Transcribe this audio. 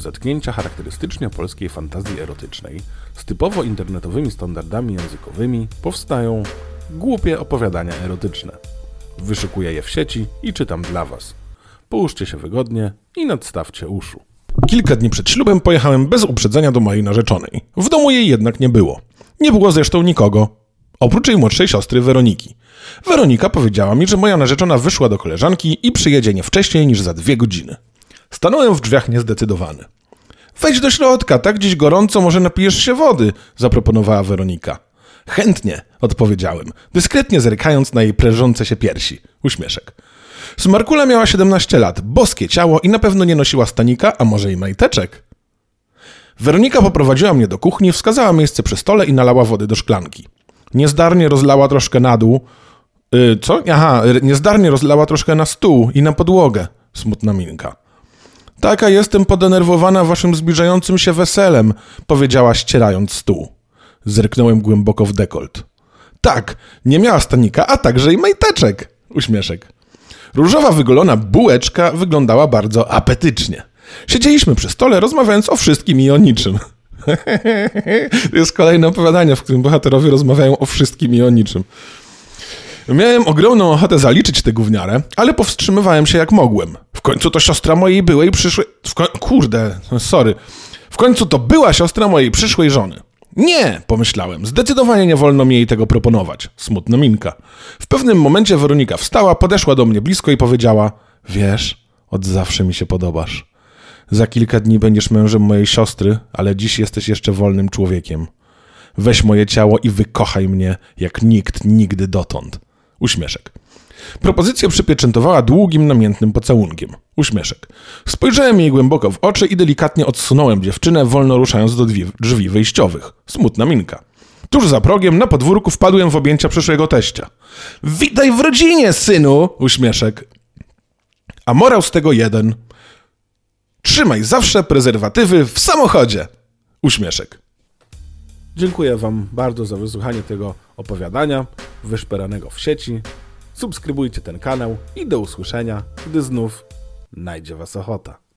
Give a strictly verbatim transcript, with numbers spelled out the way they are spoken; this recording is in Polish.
zetknięcia charakterystycznie polskiej fantazji erotycznej z typowo internetowymi standardami językowymi powstają głupie opowiadania erotyczne. Wyszukuję je w sieci i czytam dla Was. Połóżcie się wygodnie i nadstawcie uszu. Kilka dni przed ślubem pojechałem bez uprzedzenia do mojej narzeczonej. W domu jej jednak nie było. Nie było zresztą nikogo, oprócz jej młodszej siostry Weroniki. Weronika powiedziała mi, że moja narzeczona wyszła do koleżanki i przyjedzie nie wcześniej niż za dwie godziny. Stanąłem w drzwiach niezdecydowany. Wejdź do środka, tak dziś gorąco, może napijesz się wody, zaproponowała Weronika. Chętnie, odpowiedziałem, dyskretnie zerkając na jej prężące się piersi. Uśmieszek. Smarkula miała siedemnaście lat, boskie ciało i na pewno nie nosiła stanika, a może i majteczek. Weronika poprowadziła mnie do kuchni, wskazała miejsce przy stole i nalała wody do szklanki. Niezdarnie rozlała troszkę na dół. Yy, co? Aha, niezdarnie rozlała troszkę na stół i na podłogę. Smutna minka. Taka jestem podenerwowana waszym zbliżającym się weselem, powiedziała ścierając stół. Zerknąłem głęboko w dekolt. Tak, nie miała stanika, a także i majteczek. Uśmieszek. Różowa wygolona bułeczka wyglądała bardzo apetycznie. Siedzieliśmy przy stole, rozmawiając o wszystkim i o niczym. To jest kolejne opowiadanie, w którym bohaterowie rozmawiają o wszystkim i o niczym. Miałem ogromną ochotę zaliczyć tę gówniarę, ale powstrzymywałem się jak mogłem. W końcu to siostra mojej byłej przyszłej... W koń... Kurde, sorry. W końcu to była siostra mojej przyszłej żony. Nie, pomyślałem, zdecydowanie nie wolno mi jej tego proponować. Smutna minka. W pewnym momencie Weronika wstała, podeszła do mnie blisko i powiedziała: wiesz, od zawsze mi się podobasz. Za kilka dni będziesz mężem mojej siostry, ale dziś jesteś jeszcze wolnym człowiekiem. Weź moje ciało i wykochaj mnie, jak nikt nigdy dotąd. Uśmieszek. Propozycję przypieczętowała długim, namiętnym pocałunkiem. Uśmieszek. Spojrzałem jej głęboko w oczy i delikatnie odsunąłem dziewczynę, wolno ruszając do drzwi wyjściowych. Smutna minka. Tuż za progiem na podwórku wpadłem w objęcia przyszłego teścia. Witaj w rodzinie, synu! Uśmieszek. A morał z tego jeden. Trzymaj zawsze prezerwatywy w samochodzie. Uśmieszek. Dziękuję Wam bardzo za wysłuchanie tego opowiadania wyszperanego w sieci. Subskrybujcie ten kanał i do usłyszenia, gdy znów najdzie Was ochota.